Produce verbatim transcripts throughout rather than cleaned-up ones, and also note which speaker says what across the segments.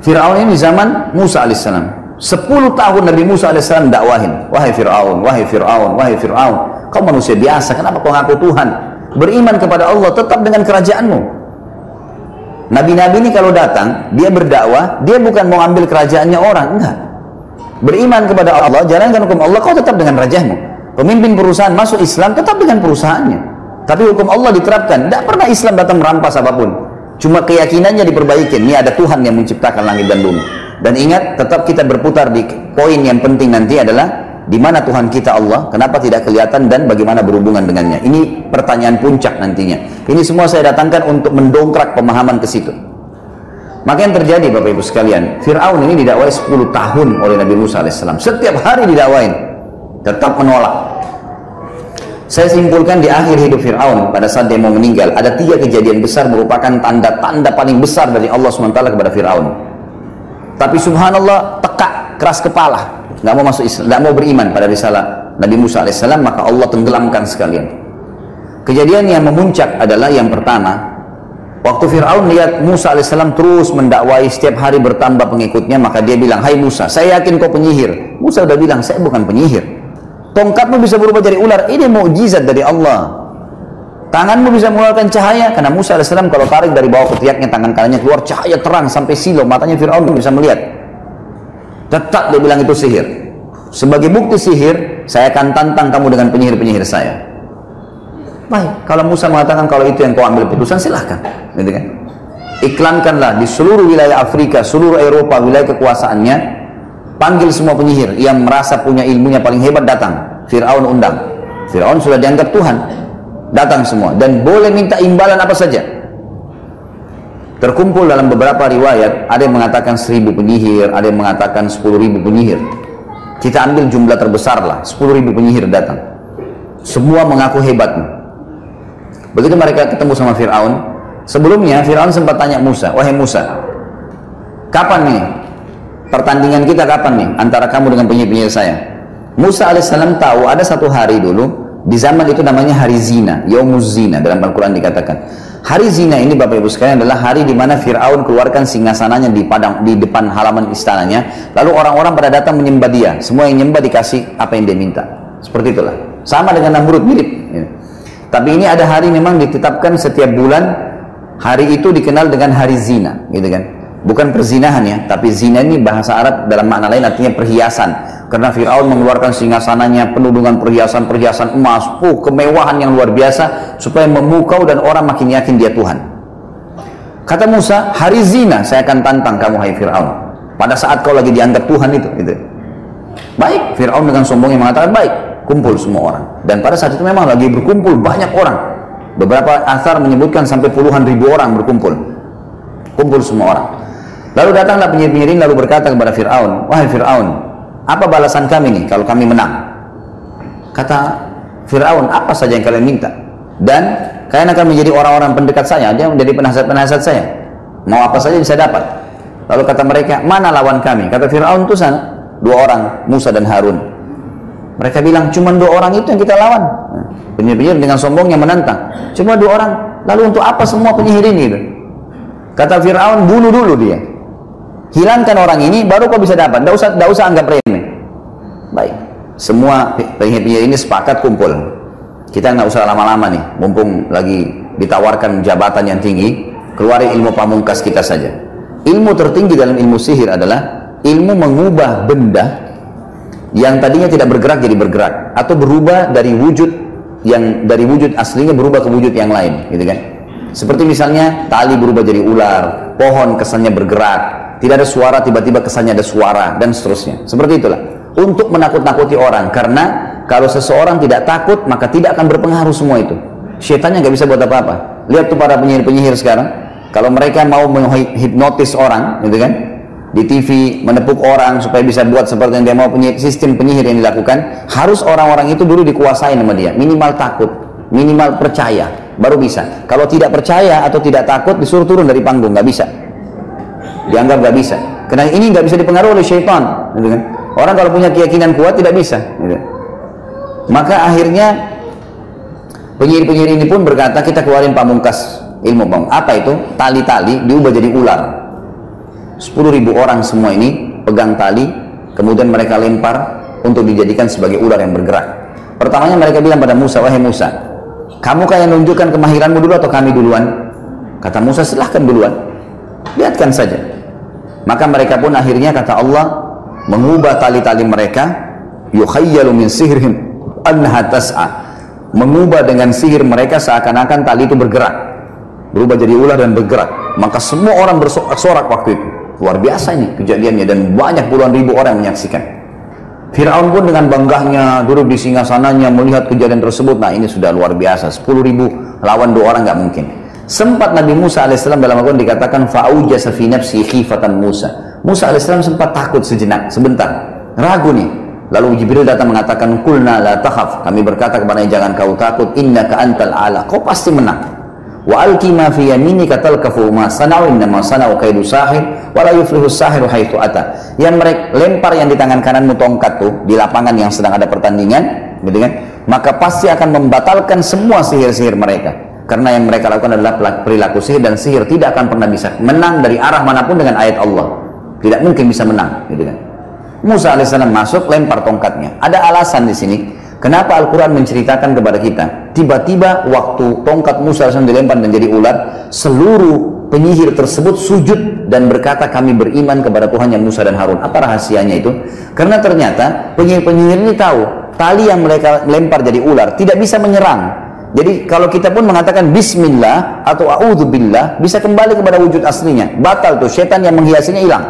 Speaker 1: Fir'aun ini di zaman Musa alaihissalam. Sepuluh tahun Nabi Musa alaihissalam dakwahin, wahai Fir'aun, wahai Fir'aun, wahai Fir'aun, kau manusia biasa, kenapa kau ngaku Tuhan? Beriman kepada Allah, tetap dengan kerajaanmu. Nabi-nabi ini kalau datang, dia berdakwah, dia bukan mau ambil kerajaannya orang, enggak. Beriman kepada Allah, jalankan hukum Allah, kau tetap dengan rajamu. Pemimpin perusahaan masuk Islam, tetap dengan perusahaannya. Tapi hukum Allah diterapkan, tidak pernah Islam datang merampas apapun. Cuma keyakinannya diperbaiki. Ini ada Tuhan yang menciptakan langit dan bumi. Dan ingat, tetap kita berputar di poin yang penting nanti adalah di mana Tuhan kita Allah, kenapa tidak kelihatan dan bagaimana berhubungan dengannya. Ini pertanyaan puncak nantinya. Ini semua saya datangkan untuk mendongkrak pemahaman ke situ. Maka yang terjadi Bapak Ibu sekalian, Fir'aun ini didakwai sepuluh tahun oleh Nabi Musa alaihissalam. Setiap hari didakwain, tetap menolak. Saya simpulkan di akhir hidup Fir'aun, pada saat dia mau meninggal, ada tiga kejadian besar merupakan tanda-tanda paling besar dari Allah subhanahu wa taala kepada Fir'aun. Tapi subhanallah, tekak, keras kepala, nggak mau masuk Islam, nggak mau beriman pada risalah Nabi Musa alaihissalam, maka Allah tenggelamkan sekalian. Kejadian yang memuncak adalah yang pertama, waktu Fir'aun lihat Musa alaihissalam terus mendakwai, setiap hari bertambah pengikutnya, maka dia bilang, hai Musa, saya yakin kau penyihir. Musa udah bilang, saya bukan penyihir. Tongkatmu bisa berubah jadi ular, ini mukjizat dari Allah. Tanganmu bisa mengeluarkan cahaya, karena Musa alaihissalam kalau tarik dari bawah ketiaknya, tangan kanannya keluar cahaya terang sampai silau, matanya Fir'aun bisa melihat. Tetap dia bilang itu sihir. Sebagai bukti sihir, saya akan tantang kamu dengan penyihir-penyihir saya. Baik, kalau Musa mengatakan kalau itu yang kau ambil putusan, silahkan, gitu kan? Iklankanlah di seluruh wilayah Afrika, seluruh Eropa, wilayah kekuasaannya. Panggil semua penyihir yang merasa punya ilmunya paling hebat, datang. Fir'aun undang. Fir'aun sudah dianggap Tuhan. Datang semua. Dan boleh minta imbalan apa saja. Terkumpul dalam beberapa riwayat, ada yang mengatakan seribu penyihir, ada yang mengatakan sepuluh ribu penyihir. Kita ambil jumlah terbesar lah, sepuluh ribu penyihir datang. Semua mengaku hebat. Begitu mereka ketemu sama Fir'aun, sebelumnya Fir'aun sempat tanya Musa, wahai Musa, kapan nih pertandingan kita, kapan nih antara kamu dengan penyihir-penyihir saya? Musa alaihissalam tahu ada satu hari dulu, di zaman itu namanya hari zina, Yaumuz Zina, dalam Al-Quran dikatakan. Hari zina ini Bapak Ibu sekalian adalah hari di mana Fir'aun keluarkan singgasananya di padang, di depan halaman istananya, lalu orang-orang pada datang menyembah dia, semua yang nyembah dikasih apa yang dia minta. Seperti itulah, sama dengan Namrud, mirip. Tapi ini ada hari memang ditetapkan setiap bulan, hari itu dikenal dengan hari zina, gitu kan? Bukan perzinahan ya, tapi zina ini bahasa Arab dalam makna lain artinya perhiasan. Karena Fir'aun mengeluarkan singgasananya penuh dengan perhiasan-perhiasan emas, uh, kemewahan yang luar biasa, supaya memukau dan orang makin yakin dia Tuhan. Kata Musa, hari zina saya akan tantang kamu hai Fir'aun, pada saat kau lagi dianggap Tuhan itu, gitu. Baik, Fir'aun dengan sombongnya mengatakan baik, kumpul semua orang. Dan pada saat itu memang lagi berkumpul banyak orang. Beberapa athar menyebutkan sampai puluhan ribu orang berkumpul. Kumpul semua orang. Lalu datanglah penyihir-penyihir lalu berkata kepada Fir'aun, wahai Fir'aun, apa balasan kami nih kalau kami menang? Kata Fir'aun, apa saja yang kalian minta? Dan kalian akan menjadi orang-orang pendekat saya, dia menjadi penasihat-penasihat saya. Mau apa saja bisa dapat. Lalu kata mereka, mana lawan kami? Kata Fir'aun, itu sana, dua orang, Musa dan Harun. Mereka bilang, cuma dua orang itu yang kita lawan. Penyihir-penyihir dengan sombongnya menantang, cuma dua orang, lalu untuk apa semua penyihir ini? Kata Fir'aun, bunuh dulu dia. Hilangkan orang ini, baru kau bisa dapat. Tidak usah, tidak usah anggap remeh. Baik, semua penyihir-penyihir ini sepakat kumpul. Kita nggak usah lama-lama nih, mumpung lagi ditawarkan jabatan yang tinggi, keluarin ilmu pamungkas kita saja. Ilmu tertinggi dalam ilmu sihir adalah ilmu mengubah benda yang tadinya tidak bergerak jadi bergerak, atau berubah dari wujud yang dari wujud aslinya berubah ke wujud yang lain, gitu kan? Seperti misalnya tali berubah jadi ular, pohon kesannya bergerak, tidak ada suara tiba-tiba kesannya ada suara, dan seterusnya. Seperti itulah untuk menakut-nakuti orang, karena kalau seseorang tidak takut maka tidak akan berpengaruh semua itu. Syaitannya nggak bisa buat apa-apa. Lihat tuh para penyihir-penyihir sekarang, kalau mereka mau menghipnotis orang, gitu kan, di T V menepuk orang supaya bisa buat seperti yang dia mau, penyihir, sistem penyihir yang dilakukan, harus orang-orang itu dulu dikuasai sama dia, minimal takut, minimal percaya, baru bisa. Kalau tidak percaya atau tidak takut, disuruh turun dari panggung, nggak bisa, dianggap nggak bisa, karena ini nggak bisa dipengaruhi oleh syaitan, gitu kan? Orang kalau punya keyakinan kuat tidak bisa, gitu. Maka akhirnya penyihir-penyihir ini pun berkata, kita keluarin pamungkas ilmu pamungkas. Apa itu? Tali-tali diubah jadi ular. sepuluh ribu orang semua ini pegang tali, kemudian mereka lempar untuk dijadikan sebagai ular yang bergerak. Pertamanya mereka bilang pada Musa, wahai Musa, kamu kayak nunjukkan kemahiranmu dulu atau kami duluan? Kata Musa, silahkan duluan, lihatkan saja. Maka mereka pun akhirnya, kata Allah, mengubah tali-tali mereka, yukhayyalu min sihrihim annaha tas'a, mengubah dengan sihir mereka seakan-akan tali itu bergerak, berubah jadi ular dan bergerak. Maka semua orang bersorak waktu itu. Luar biasa ini kejadiannya, dan banyak puluhan ribu orang yang menyaksikan. Fir'aun pun dengan banggahnya duduk di singgasananya melihat kejadian tersebut. Nah, ini sudah luar biasa, sepuluh ribu lawan dua orang nggak mungkin. Sempat Nabi Musa alaihissalam dalam Al-Quran dikatakan fa'aujasa fi nafsi khifatan Musa. Musa alaihissalam sempat takut sejenak, sebentar, ragu nih. Lalu Jibril datang mengatakan, kulna la takhaf, kami berkata kepadanya, jangan kau takut, innaka antal ala, kau pasti menang. Wa alqi ma fi yaminika talqafu ma sana'u innama sana'u kaidu sahir wa la yuflihu sahiru haitsu ata. Yang mereka lempar yang di tangan kananmu tongkat tuh di lapangan yang sedang ada pertandingan, gitu kan? Maka pasti akan membatalkan semua sihir-sihir mereka. Karena yang mereka lakukan adalah perilaku sihir, dan sihir tidak akan pernah bisa menang dari arah manapun dengan ayat Allah. Tidak mungkin bisa menang, gitu kan? Musa alaihissalam masuk, lempar tongkatnya. Ada alasan di sini. Kenapa Al-Quran menceritakan kepada kita? Tiba-tiba waktu tongkat Musa alaihissalam dilempar dan jadi ular, seluruh penyihir tersebut sujud dan berkata, kami beriman kepada Tuhan yang Musa dan Harun. Apa rahasianya itu? Karena ternyata penyihir-penyihir ini tahu tali yang mereka lempar jadi ular tidak bisa menyerang. Jadi kalau kita pun mengatakan bismillah atau a'udzubillah, bisa kembali kepada wujud aslinya. Batal tuh, setan yang menghiasinya hilang.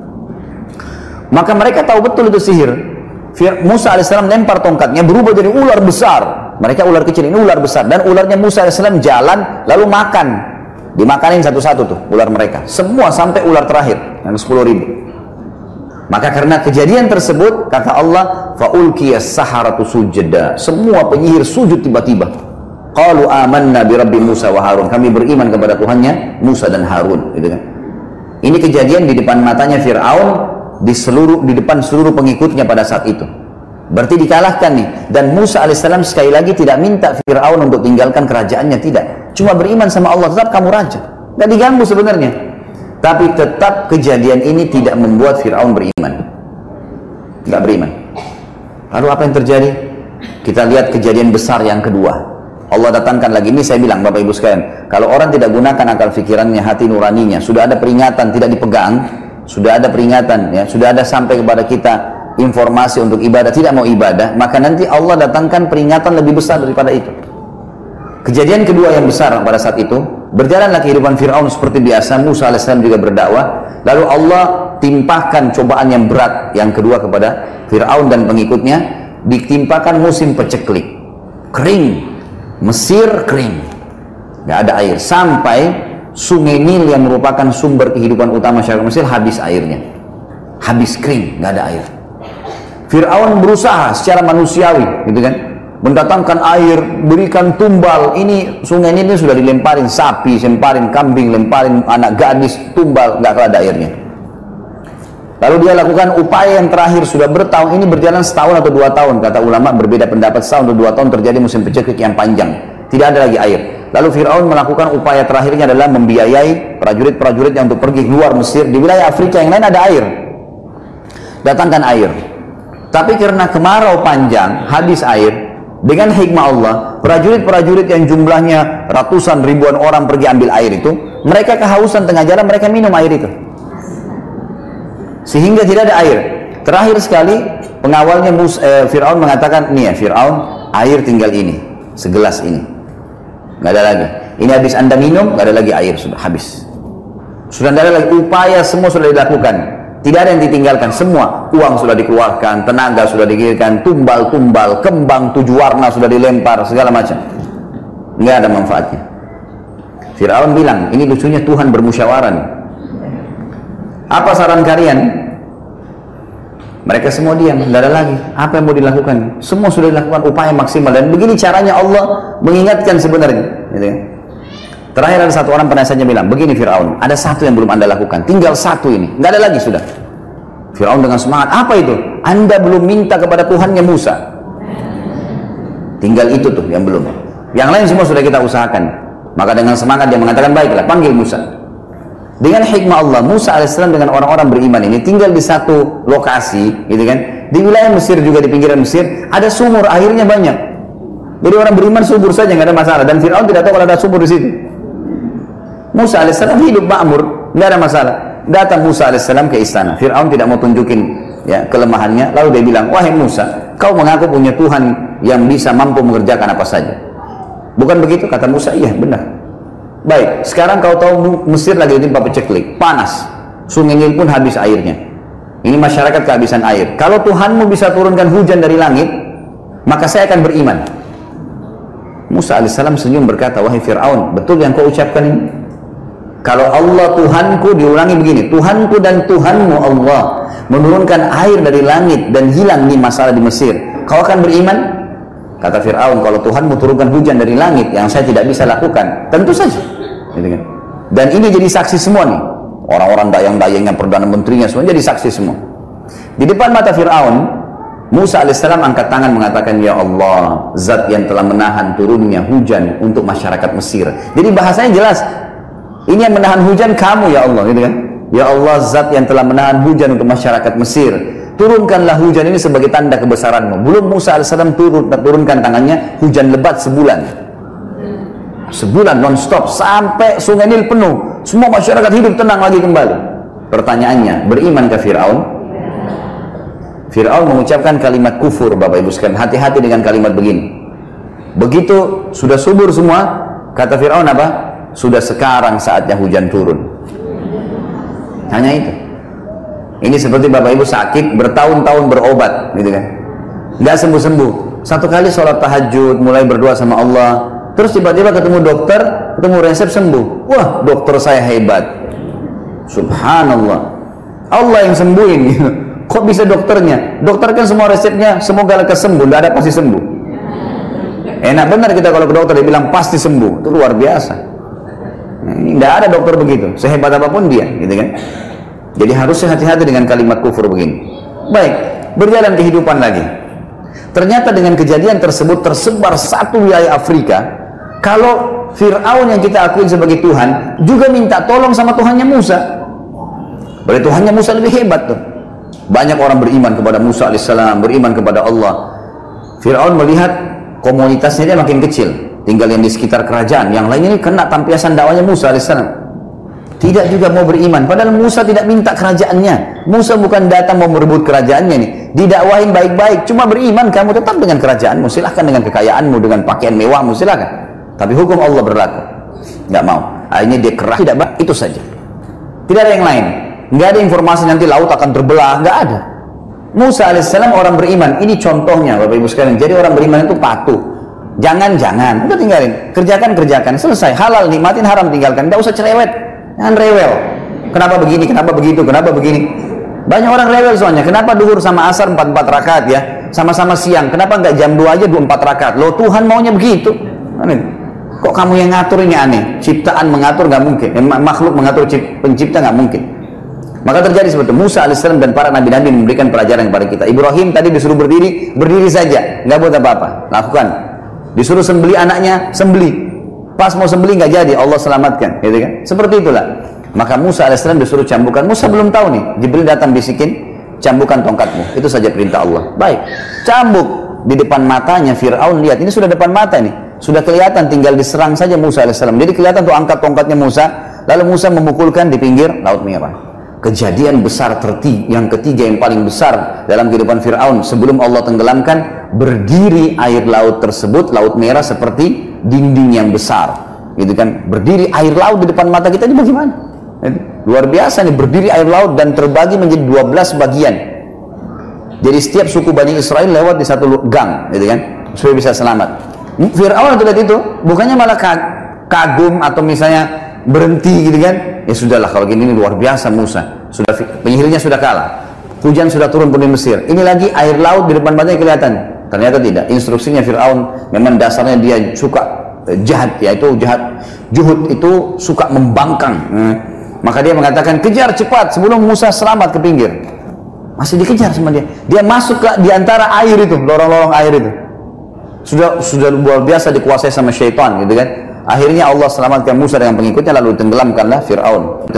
Speaker 1: Maka mereka tahu betul itu sihir. Musa alaihissalam lempar tongkatnya, berubah jadi ular besar. Mereka ular kecil, ini ular besar. Dan ularnya Musa alaihissalam jalan lalu makan. Dimakanin satu-satu tuh ular mereka. Semua sampai ular terakhir yang sepuluh ribu. Maka karena kejadian tersebut, kata Allah, fa'ulqiyas saharatu sujada. Semua penyihir sujud tiba-tiba. Qalu amanna bi rabbi Musa wa Harun. Kami beriman kepada Tuhannya Musa dan Harun, gitu kan. Ini kejadian di depan matanya Fir'aun, di seluruh di depan seluruh pengikutnya pada saat itu. Berarti dikalahkan nih. Dan Musa alaihissalam sekali lagi tidak minta Fir'aun untuk tinggalkan kerajaannya, tidak. Cuma beriman sama Allah, tetap kamu raja. Gak diganggu sebenarnya. Tapi tetap kejadian ini tidak membuat Fir'aun beriman. Gak beriman. Lalu apa yang terjadi? Kita lihat kejadian besar yang kedua. Allah datangkan lagi, ini saya bilang Bapak Ibu sekalian, kalau orang tidak gunakan akal fikirannya, hati nuraninya, sudah ada peringatan tidak dipegang, sudah ada peringatan, ya, sudah ada sampai kepada kita informasi untuk ibadah, tidak mau ibadah, maka nanti Allah datangkan peringatan lebih besar daripada itu. Kejadian kedua yang besar pada saat itu, berjalanlah kehidupan Fir'aun seperti biasa. Musa alaihissalam juga berdakwah, lalu Allah timpahkan cobaan yang berat yang kedua kepada Fir'aun dan pengikutnya, ditimpakan musim peceklik, kering. Mesir kering, nggak ada air, sampai sungai Nil yang merupakan sumber kehidupan utama masyarakat Mesir habis airnya, habis kering, nggak ada air. Fir'aun berusaha secara manusiawi, gitu kan, mendatangkan air, berikan tumbal. Ini sungai Nil ini sudah dilemparin sapi, lemparin kambing, lemparin anak gadis, tumbal, nggak ada airnya. Lalu dia lakukan upaya yang terakhir, sudah bertahun, ini berjalan setahun atau dua tahun, kata ulama berbeda pendapat, setahun atau dua tahun terjadi musim peceklik yang panjang, tidak ada lagi air. Lalu Fir'aun melakukan upaya terakhirnya adalah membiayai prajurit-prajuritnya untuk pergi keluar Mesir. Di wilayah Afrika yang lain ada air, datangkan air. Tapi karena kemarau panjang, habis air. Dengan hikmah Allah, prajurit-prajurit yang jumlahnya ratusan ribuan orang pergi ambil air itu, mereka kehausan tengah jalan, mereka minum air itu, sehingga tidak ada air. Terakhir sekali pengawalnya Mus, eh, Fir'aun mengatakan, nih ya Fir'aun, air tinggal ini, segelas ini, nggak ada lagi. Ini habis anda minum, nggak ada lagi air, sudah habis. Sudah tidak ada lagi. Upaya semua sudah dilakukan, tidak ada yang ditinggalkan. Semua uang sudah dikeluarkan, tenaga sudah dikirimkan, tumbal-tumbal, kembang tujuh warna sudah dilempar, segala macam, nggak ada manfaatnya. Fir'aun bilang, ini lucunya Tuhan bermusyawarah nih. Apa saran kalian? Mereka semua diam, tidak ada lagi. Apa yang mau dilakukan? Semua sudah dilakukan upaya maksimal, dan begini caranya Allah mengingatkan sebenarnya, gitu kan? Terakhir ada satu orang penasihatnya bilang, begini Fir'aun, ada satu yang belum anda lakukan, tinggal satu ini, nggak ada lagi sudah. Fir'aun dengan semangat, apa itu? Anda belum minta kepada Tuhannya Musa, tinggal itu tuh yang belum. Yang lain semua sudah kita usahakan. Maka dengan semangat dia mengatakan, baiklah, panggil Musa. Dengan hikmah Allah, Musa alaihissalam dengan orang-orang beriman ini tinggal di satu lokasi, gitu kan? Di wilayah Mesir juga, di pinggiran Mesir ada sumur, airnya banyak. Jadi orang beriman subur saja, nggak ada masalah. Dan Fir'aun tidak tahu kalau ada sumur di situ. Musa alaihissalam hidup makmur, nggak ada masalah. Datang Musa alaihissalam ke istana. Fir'aun tidak mau tunjukin ya kelemahannya. Lalu dia bilang, wahai Musa, kau mengaku punya Tuhan yang bisa mampu mengerjakan apa saja. Bukan begitu? Kata Musa, iya benar. Baik, sekarang kau tahu Mesir lagi ditimpa paceklik, panas. Sungai Nil pun habis airnya. Ini masyarakat kehabisan air. Kalau Tuhanmu bisa turunkan hujan dari langit, maka saya akan beriman. Musa alaihissalam senyum berkata, wahai Fir'aun, betul yang kau ucapkan ini? Kalau Allah Tuhanku, diulangi begini, Tuhanku dan Tuhanmu Allah menurunkan air dari langit dan hilang nih masalah di Mesir, kau akan beriman? Kata Fir'aun, kalau Tuhanmu turunkan hujan dari langit yang saya tidak bisa lakukan, tentu saja. Dan ini jadi saksi semua nih. Orang-orang dayang-dayangnya, Perdana Menterinya, semua jadi saksi semua. Di depan mata Fir'aun, Musa alaihissalam angkat tangan mengatakan, ya Allah, zat yang telah menahan turunnya hujan untuk masyarakat Mesir. Jadi bahasanya jelas, ini yang menahan hujan kamu ya Allah, gitu kan? Ya Allah, zat yang telah menahan hujan untuk masyarakat Mesir, turunkanlah hujan ini sebagai tanda kebesaranmu. Belum Musa alaihissalam turun, turunkan tangannya, hujan lebat sebulan. Sebulan non-stop sampai Sungai Nil penuh, semua masyarakat hidup tenang lagi kembali. Pertanyaannya, beriman ke Fir'aun? Fir'aun mengucapkan kalimat kufur, Bapak Ibu sekalian. Hati-hati dengan kalimat begini. Begitu sudah subur semua, kata Fir'aun apa? Sudah sekarang saatnya hujan turun. Hanya itu. Ini seperti Bapak Ibu sakit bertahun-tahun berobat, gitu kan? Nggak sembuh-sembuh. Satu kali sholat tahajud, mulai berdoa sama Allah. Terus tiba-tiba ketemu dokter, ketemu resep sembuh. Wah, dokter saya hebat. Subhanallah. Allah yang sembuhin. Gitu. Kok bisa dokternya? Dokter kan semua resepnya, semoga lekas sembuh. Tidak ada pasti sembuh. Enak benar kita kalau ke dokter, dia bilang pasti sembuh. Itu luar biasa. Nah, ini tidak ada dokter begitu. Sehebat apapun dia. Gitu kan? Jadi harusnya hati-hati dengan kalimat kufur begini. Baik, berjalan kehidupan lagi. Ternyata dengan kejadian tersebut tersebar satu wilayah Afrika. Kalau Fir'aun yang kita akuin sebagai Tuhan juga minta tolong sama Tuhannya Musa. Berarti Tuhannya Musa lebih hebat tuh. Banyak orang beriman kepada Musa alaihissalam, beriman kepada Allah. Fir'aun melihat komunitasnya dia makin kecil, tinggal yang di sekitar kerajaan. Yang lainnya ini kena tampiasan dakwanya Musa alaihissalam. Tidak juga mau beriman. Padahal Musa tidak minta kerajaannya. Musa bukan datang mau merebut kerajaannya nih. Didakwahin baik-baik, cuma beriman kamu tetap dengan kerajaanmu. Silahkan dengan kekayaanmu, dengan pakaian mewahmu, silahkan. Tapi hukum Allah berlaku. Nggak mau. Akhirnya dia kerah, tidak baik, itu saja. Tidak ada yang lain. Nggak ada informasi nanti laut akan terbelah, nggak ada. Musa alaihissalam orang beriman. Ini contohnya Bapak Ibu sekalian. Jadi orang beriman itu patuh. Jangan-jangan, udah tinggalin. Kerjakan-kerjakan, selesai. Halal, nikmatin, haram tinggalkan. Nggak usah cerewet. Jangan rewel. Kenapa begini, kenapa begitu, kenapa begini. Banyak orang rewel soalnya. Kenapa duhur sama asar empat empat rakaat ya? Sama-sama siang. Kenapa nggak jam dua aja dua empat rakaat? Loh Tuhan maunya begitu. Kok kamu yang ngatur ini aneh? Ciptaan mengatur nggak mungkin. Eh, makhluk mengatur pencipta nggak mungkin. Maka terjadi seperti itu. Musa alaihissalam dan para nabi-nabi memberikan pelajaran kepada kita. Ibrahim tadi disuruh berdiri, berdiri saja. Nggak buat apa-apa. Lakukan. Disuruh sembeli anaknya, sembeli. Pas mau sembelih nggak jadi, Allah selamatkan, gitu kan? Seperti itulah. Maka Musa alaihissalam disuruh cambukan. Musa belum tahu nih. Jibril datang bisikin, cambukan tongkatmu. Itu saja perintah Allah. Baik, cambuk di depan matanya Fir'aun. Lihat, ini sudah depan mata nih, sudah kelihatan. Tinggal diserang saja Musa alaihissalam. Jadi kelihatan tuh angkat tongkatnya Musa. Lalu Musa memukulkan di pinggir Laut Merah. Kejadian besar terti, yang ketiga yang paling besar dalam kehidupan Fir'aun sebelum Allah tenggelamkan, berdiri air laut tersebut, Laut Merah seperti dinding yang besar, gitu kan? Berdiri air laut di depan mata kita, ini bagaimana? Luar biasa nih, berdiri air laut dan terbagi menjadi dua belas bagian. Jadi setiap suku Bani Israel lewat di satu gang, gitu kan? Supaya bisa selamat. Fir'aun itu lihat itu, bukannya malah kagum atau misalnya berhenti, gitu kan? Ya sudahlah, kalau gini ini luar biasa Musa. Sudah penyihirnya sudah kalah. Hujan sudah turun pun di Mesir. Ini lagi air laut di depan matanya kelihatan. Ternyata tidak. Instruksinya Fir'aun memang dasarnya dia suka jahat, yaitu jahat. Juhud itu suka membangkang. Hmm. Maka dia mengatakan kejar cepat sebelum Musa selamat ke pinggir. Masih dikejar sama dia. Dia masuk ke di antara air itu, lorong-lorong air itu. Sudah sudah luar biasa dikuasai sama syaitan, gitu kan? Akhirnya Allah selamatkan Musa dengan pengikutnya, lalu tenggelamkanlah Fir'aun.